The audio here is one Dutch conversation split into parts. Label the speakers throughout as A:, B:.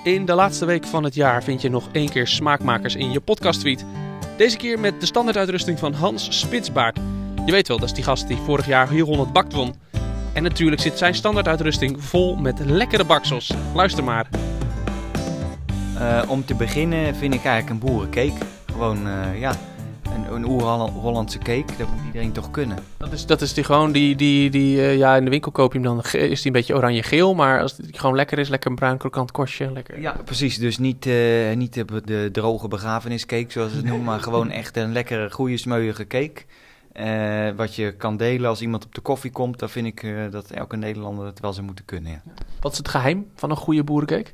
A: In de laatste week van het jaar vind je nog 1 keer Smaakmakers in je podcastfeed. Deze keer met de standaarduitrusting van Hans Spitsbaard. Je weet wel, dat is die gast die vorig jaar hier 100 bakt won. En natuurlijk zit zijn standaarduitrusting vol met lekkere baksels. Luister maar.
B: Om te beginnen vind ik eigenlijk een boerencake. Gewoon, een oer-Hollandse cake. Dat moet iedereen toch kunnen.
A: Dat is die gewoon, in de winkel koop je hem dan, is die een beetje oranje-geel. Maar als die gewoon lekker is, lekker een bruin krokant korstje. Lekker.
B: Ja, precies. Dus niet de droge begrafeniscake, zoals ze het noemen. Maar gewoon echt een lekkere, goede, smeuïge cake. Wat je kan delen als iemand op de koffie komt. Dan vind ik dat elke Nederlander het wel zou moeten kunnen. Ja.
A: Wat is het geheim van een goede boerencake?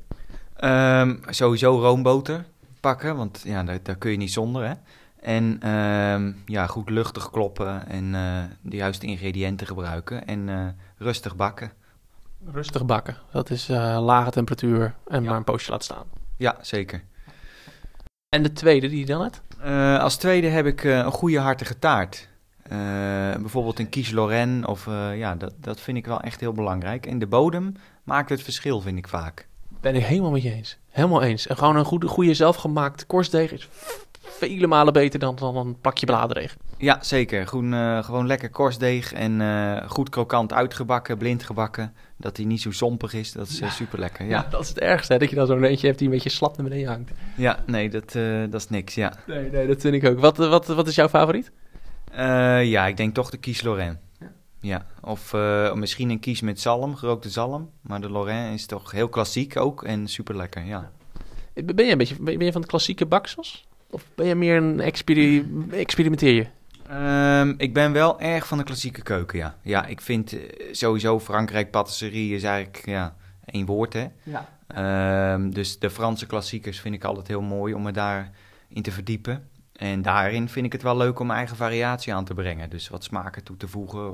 B: Sowieso roomboter pakken, want ja, daar kun je niet zonder, hè. En goed luchtig kloppen en de juiste ingrediënten gebruiken en rustig bakken.
A: Rustig bakken, dat is lage temperatuur en maar een poosje laten staan.
B: Ja, zeker.
A: En de tweede die je dan hebt?
B: Als tweede heb ik een goede hartige taart. Bijvoorbeeld een quiche Lorraine dat vind ik wel echt heel belangrijk. En de bodem maakt het verschil, vind ik vaak.
A: Ben ik helemaal met je eens. Helemaal eens. En gewoon een goede zelfgemaakt korstdeeg is vele malen beter dan een plakje bladerdeeg.
B: Ja, zeker. Gewoon lekker korstdeeg en goed krokant uitgebakken, blind gebakken. Dat hij niet zo zompig is, dat is super lekker. Ja.
A: Dat is het ergste, hè? Dat je dan zo'n eentje hebt die een beetje slap naar beneden hangt.
B: Ja, nee, dat is niks, ja.
A: Nee, dat vind ik ook. Wat is jouw favoriet?
B: Ik denk toch de quiche Lorraine. Ja, of misschien een quiche met zalm, gerookte zalm. Maar de Lorraine is toch heel klassiek ook en super lekker, ja.
A: Ben je van de klassieke baksels? Of ben je meer een experimenteer je?
B: Ik ben wel erg van de klassieke keuken, ja. Ja, ik vind sowieso Frankrijk patisserie is eigenlijk één woord, hè. Ja. Dus de Franse klassiekers vind ik altijd heel mooi om me daarin te verdiepen. En daarin vind ik het wel leuk om mijn eigen variatie aan te brengen. Dus wat smaken toe te voegen.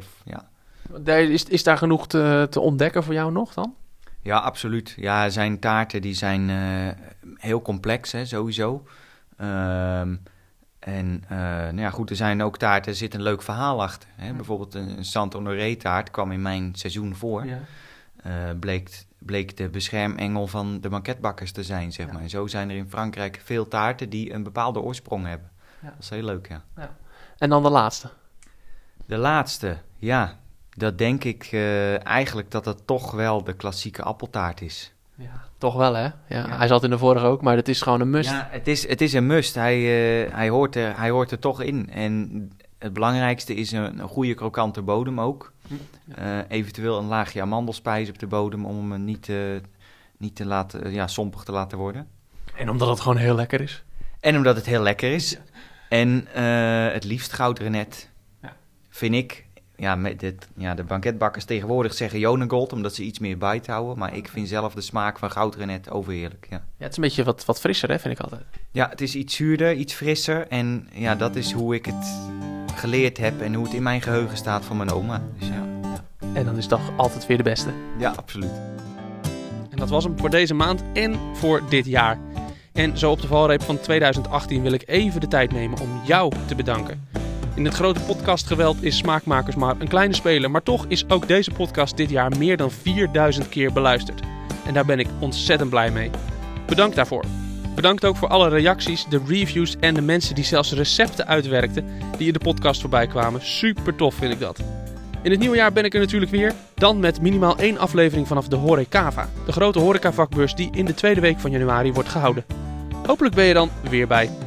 A: Is daar genoeg te ontdekken voor jou nog dan?
B: Ja, absoluut. Ja, zijn taarten die zijn heel complex, hè, sowieso. Er zijn ook taarten, er zit een leuk verhaal achter. Hè? Bijvoorbeeld een Saint-Honoré taart kwam in mijn seizoen voor. Ja. Bleek de beschermengel van de banketbakkers te zijn, zeg maar. En zo zijn er in Frankrijk veel taarten die een bepaalde oorsprong hebben. Ja. Dat is heel leuk, ja.
A: En dan de laatste?
B: De laatste, ja. Dat denk ik eigenlijk dat het toch wel de klassieke appeltaart is.
A: Ja, toch wel, hè? Ja. Hij zat in de vorige ook, maar het is gewoon een must.
B: Ja, het is een must. Hij hoort er toch in. En het belangrijkste is een goede krokante bodem ook. Eventueel een laagje amandelspijs op de bodem om hem niet te laten, sompig te laten worden.
A: En omdat het gewoon heel lekker is.
B: En omdat het heel lekker is. Ja. En het liefst goudrenet, vind ik. Ja, de banketbakkers tegenwoordig zeggen Jonegold, omdat ze iets meer bite houden. Maar ik vind zelf de smaak van goudrenet overheerlijk, ja.
A: Ja, het is een beetje wat frisser, hè, vind ik altijd.
B: Ja, het is iets zuurder, iets frisser. En ja, dat is hoe ik het geleerd heb en hoe het in mijn geheugen staat van mijn oma. Dus ja.
A: En dan is het toch altijd weer de beste.
B: Ja, absoluut.
A: En dat was hem voor deze maand en voor dit jaar. En zo op de valreep van 2018 wil ik even de tijd nemen om jou te bedanken. In het grote podcastgeweld is Smaakmakers maar een kleine speler, maar toch is ook deze podcast dit jaar meer dan 4000 keer beluisterd. En daar ben ik ontzettend blij mee. Bedankt daarvoor. Bedankt ook voor alle reacties, de reviews en de mensen die zelfs recepten uitwerkten die in de podcast voorbij kwamen. Super tof vind ik dat. In het nieuwe jaar ben ik er natuurlijk weer, dan met minimaal 1 aflevering vanaf de Horecava, de grote horecavakbeurs die in de tweede week van januari wordt gehouden. Hopelijk ben je dan weer bij.